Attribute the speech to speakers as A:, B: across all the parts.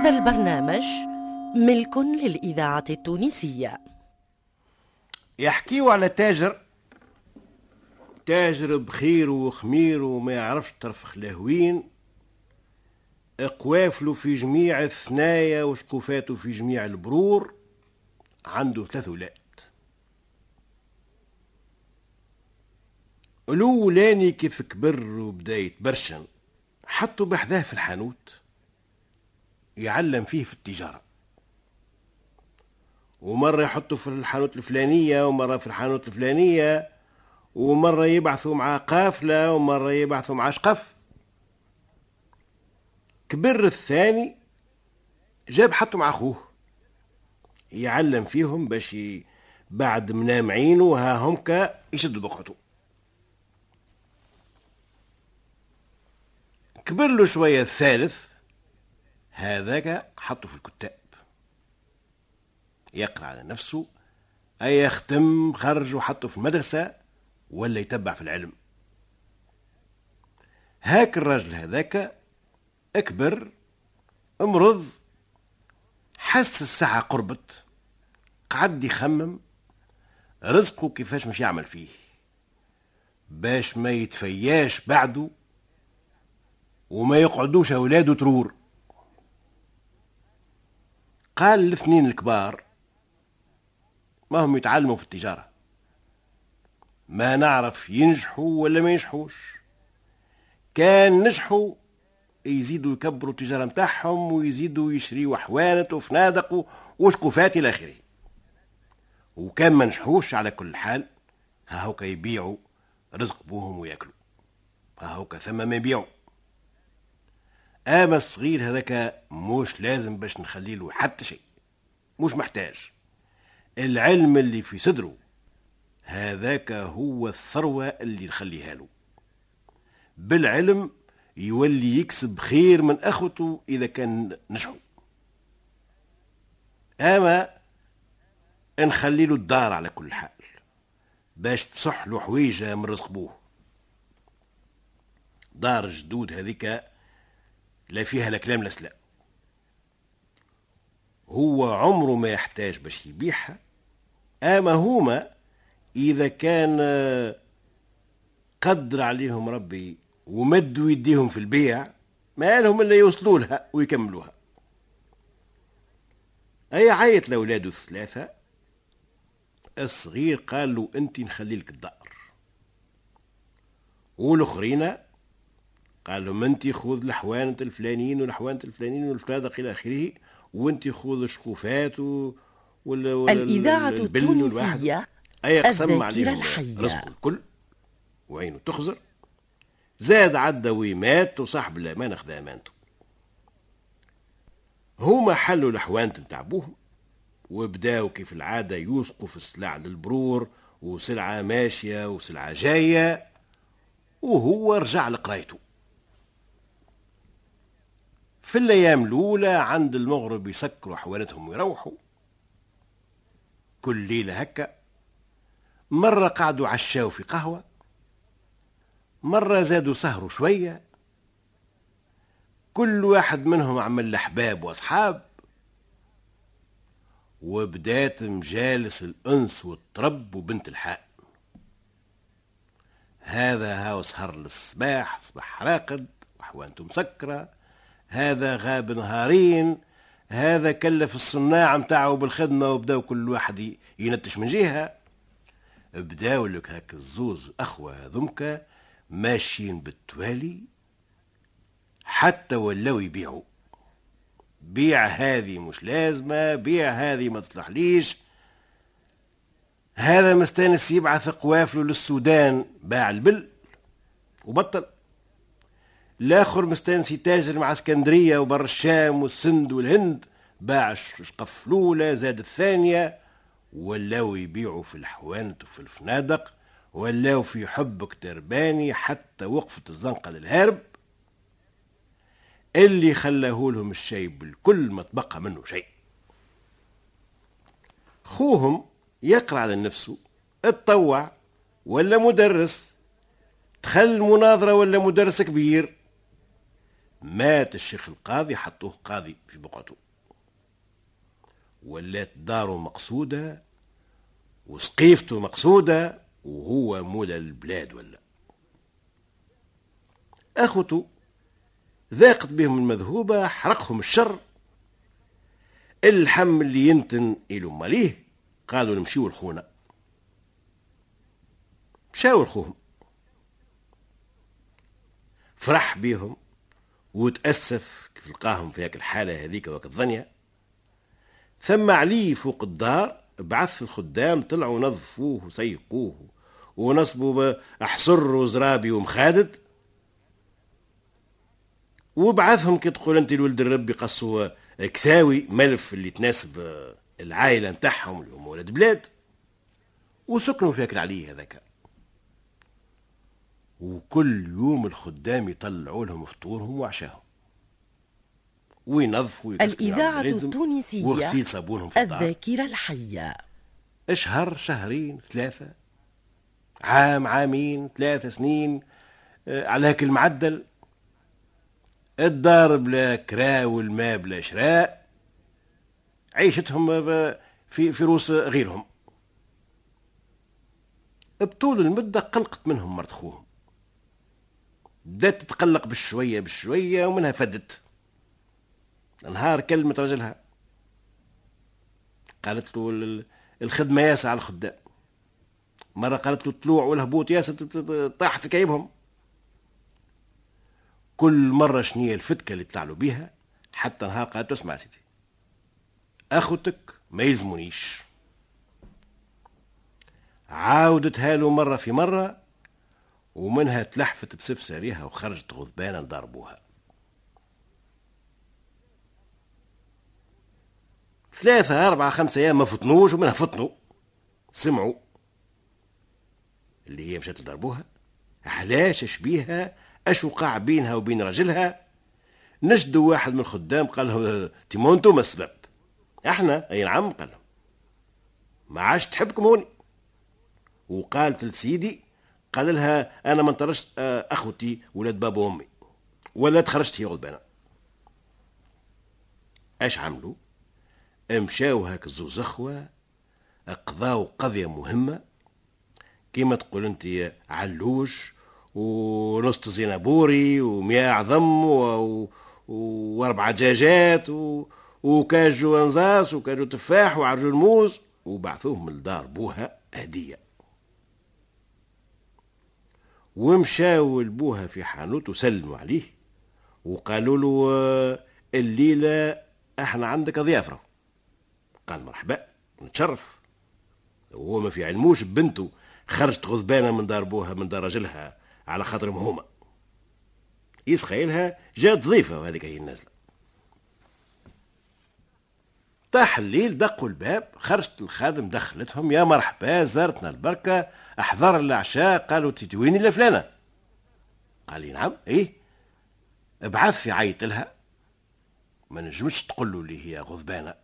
A: هذا البرنامج ملك للإذاعة التونسية.
B: يحكيوا على تاجر بخير وخمير وما يعرفش ترفخ لهوين، قوافله في جميع الثنايا وشكوفاته في جميع البرور، عنده 3 أولاد. الأولاني كيف كبر وبدا يتبرشن حطوا بحذاه في الحانوت يعلم فيه في التجارة، ومرة يحطوا في الحانوت الفلانية ومرة في الحانوت الفلانية، ومرة يبعثوا مع قافلة ومرة يبعثوا مع شقف. كبر الثاني جاب حطوا مع أخوه يعلم فيهم باش بعد منامعين وها همك يشدوا بقعته. كبر له شوية الثالث، هذاك حطه في الكتاب يقرأ على نفسه، أي يختم خرج وحطه في المدرسة ولا يتبع في العلم. هاك الرجل هذاك اكبر امرض، حس الساعة قربت، قعد يخمم رزقه كيفاش مش يعمل فيه باش ما يتفياش بعده وما يقعدوش أولاده ترور. قال الاثنين الكبار ما هم يتعلموا في التجارة، ما نعرف ينجحوا ولا ما ينجحوش، كان نجحوا يزيدوا يكبروا التجارة متاعهم ويزيدوا يشريوا حوانت وفنادق وشكوفات إلى آخره، وكان ما نجحوش على كل حال ها هوك يبيعوا رزق بوهم وياكلوا، ها هوك ثم ما يبيعوا. أما الصغير هذاك مش لازم باش نخليله حتى شيء، مش محتاج، العلم اللي في صدره هذاك هو الثروة اللي نخليها له، بالعلم يولي يكسب خير من أخوته إذا كان نجحوا. أما نخلي له الدار على كل حال باش تصح له حويجة من رزق بوه. دار الجدود هذيك لا فيها لا كلام لا سلام، هو عمره ما يحتاج باش يبيعها. أما هما إذا كان قدر عليهم ربي ومدوا يديهم في البيع ما لهم إلا يوصلوا لها ويكملوها. أي عيط لأولاده 3، الصغير قال له أنت نخلي لك الدار، والأخرين قال لهم أنت خذ الحوانت الفلانيين والحوانت الفلانيين والفنادق إلى آخره، وأنت خذ الشكوفات
A: الإذاعة التونسية
B: أي قسم
A: الذاكرة
B: عليهم
A: الحية.
B: رزق الكل وعينه تخزر، زاد عدى ومات وصاحب الأمانة خذا أمانته. هما حلوا الحوانت متاع بوهم وبداوا كيف العادة يوثقوا في السلع للبرور، وسلعة ماشية وسلعة جاية، وهو رجع لقرايته. في الأيام الأولى عند المغرب يسكروا حوانتهم ويروحوا كل ليلة هكا، مرة قعدوا عشاوا في قهوة، مرة زادوا سهروا شوية، كل واحد منهم عمل أحباب وأصحاب، وبدات مجالس الأنس والطرب وبنت الحاء. هذا هاو سهر للصباح، صباح راقد وحوانته مسكرة، هذا غاب نهارين، هذا كلف الصناع متاعه بالخدمة، وبداو كل واحد ينتش من جهة. بداو لك هاك الزوز أخوة هذمك ماشيين بالتوالي حتى ولو يبيعوا، بيع هذه مش لازمة، بيع هذه ما تصلحليش، هذا مستانس يبعث قوافله للسودان باع البل وبطل، الاخر مستانس يتاجر مع اسكندرية وبر الشام والسند والهند باع شقف الأولى زاد الثانية، ولاو يبيعوا في الحوانت وفي الفنادق، ولاو في حبك ترباني، حتى وقفة الزنقة للهارب اللي خلاه لهم الشيء بالكل ما تبقى منه شيء. خوهم يقرأ على نفسه، اتطوع ولا مدرس، دخل مناظرة ولا مدرس كبير، مات الشيخ القاضي، حطوه قاضي في بقعته، ولات داره مقصودة وسقيفته مقصودة، وهو مولى البلاد. ولا أخوته ذاقت بهم المذهوبة، حرقهم الشر. الحم اللي ينتن إلو ماليه، قالوا نمشيو لخونا. مشاو لخوهم، فرح بيهم وتأسف كيف لقاهم في هاك الحالة هذيك وقت الظنية. ثم عليه فوق الدار بعث الخدام، طلعوا نظفوه وسيقوه ونصبوا أحصر وزرابي ومخادد، وبعثهم كي تقول انت الولد الرب يقصوا كساوي ملف اللي تناسب العائلة نتاعهم اللي هم ولد بلاد، وسكنوا في هاك العليه هذاك. وكل يوم الخدام يطلعوا لهم فطورهم وعشاهم، وينظفوا
A: الإذاعة التونسية
B: وغسيل صابونهم في الدار.
A: الذاكرة الحية.
B: شهر، شهرين، 3 عام، عامين، 3 سنين، على هاك المعدل. الدار بلا كرا والماء بلا شراء، عيشتهم في روس غيرهم. بطول المدة قلقت منهم مرت خوهم، بدات تتقلق بالشوية بالشوية، ومنها فدت. نهار كلمة رجلها، قالت له الخدمة ياسة على الخدام. مرة قالت له الطلوع والهبوط ياسة، طاحت كعيبهم. كل مرة شنية الفتكة اللي طلعوا بيها، حتى نهار قالت له اسمع سيدي، أخوتك ما يلزمونيش. عاودتها له مرة في مرة، ومنها تلحفت بسفساريها وخرجت غضبانة ضربوها. 3 4 5 أيام ما فتنوش، ومنها فتنوا سمعوا اللي هي مشات لضربوها. علاش شبيها، اش وقع بينها وبين راجلها؟ نجدوا واحد من الخدام قال له تيمونتو ما السبب؟ احنا اي نعم، قال لهم ما عادش تحبكم هوني. وقالت لسيدي، قال لها انا ما انطرشت اخوتي ولاد بابا وامي، ولا تخرجت هي غضبانه. اش عملوا؟ مشاو هاك الزوز اخوه، قضاو قضيه مهمه كيما تقول انت، علوش ونص زينابوري ومياه عظم واربع دجاجات وكاجو انزاس وكاجو تفاح وعرجو الموز، وبعثوهم لدار بوها هديه. ومشاو لبوها في حانوت وسلموا عليه وقالوا له الليله احنا عندك ضيافه. قال مرحبا، نتشرف. وهو ما في علموش ببنته خرجت غضبانه من دار بوها، من دار رجلها، على خاطرهم هما. يسخيلها جات ضيفه، وهذيك هي النازله. طاح الليل، دقوا الباب، خرجت الخادم دخلتهم، يا مرحبا زارتنا البركه، احضر العشاء. قالوا تدويني لفلانه؟ قال لي نعم. ايه، ابعث في عيط لها، ما نجمش تقول له اللي هي غضبانه.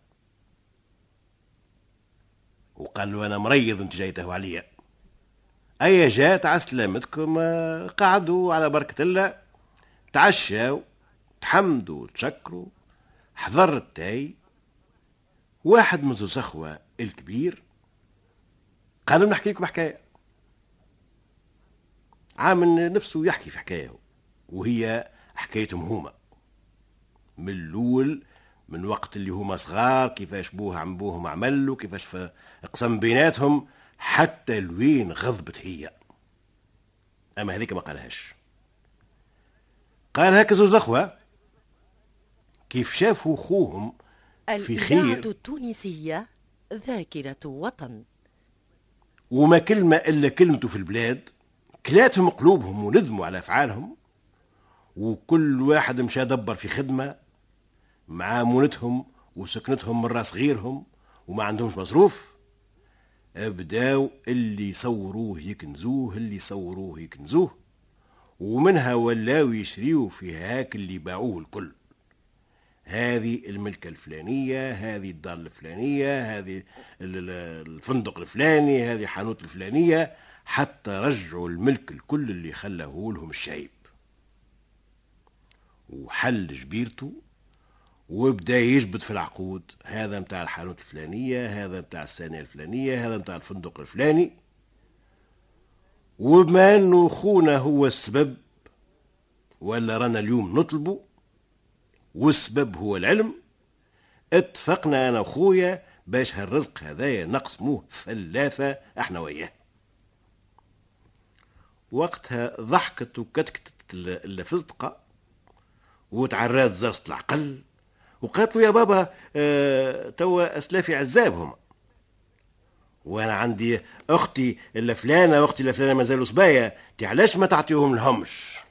B: وقال له انا مريض، انت جاي تهوى عليا. اي جات على سلامتكم، قعدوا على بركه الله، تعشاو، تحمدوا وتشكروا، حضر التاي. واحد من زوز اخوه الكبير قالوا نحكي لكم حكايه. عامل نفسه يحكي في حكايه، وهي حكايتهم هما من الاول، من وقت اللي هما صغار، كيفاش بوها عم بوهم عملوا، كيفاش اقسم بيناتهم، حتى لوين غضبت هي. اما هذيك ما قالهاش. قال هكا زوز اخوه كيف شافوا خوهم في خير.
A: الإذاعة التونسية ذاكرة وطن.
B: وما كلمة إلا كلمته في البلاد، كلاتهم قلوبهم وندموا على أفعالهم، وكل واحد مشى دبر في خدمة مع مونتهم وسكنتهم من راس غيرهم، وما عندهمش مصروف. بداو اللي يصوروه يكنزوه، اللي يصوروه يكنزوه، ومنها ولاو يشريوا في هاك اللي باعوه الكل. هذه الملكة الفلانية، هذه الدار الفلانية، هذه الفندق الفلاني، هذه حانوت الفلانية، حتى رجعوا الملك الكل اللي خلاه لهم الشايب. وحل جبيرته وبدا يجبد في العقود، هذا متاع الحانوت الفلانية، هذا متاع الثانية الفلانية، هذا متاع الفندق الفلاني. وبما انه خونا هو السبب، ولا رانا اليوم نطلبه، والسبب هو العلم، اتفقنا انا وخويا باش هالرزق هذايا نقسموه 3 احنا وياه. وقتها ضحكت وكتكتت الفزدقة وتعرات زازت العقل وقالت له يا بابا توا اسلافي عزابهم، وانا عندي اختي الا فلانه واختي الا فلانه مازالوا صبايا، علاش ما تعطيهم لهمش؟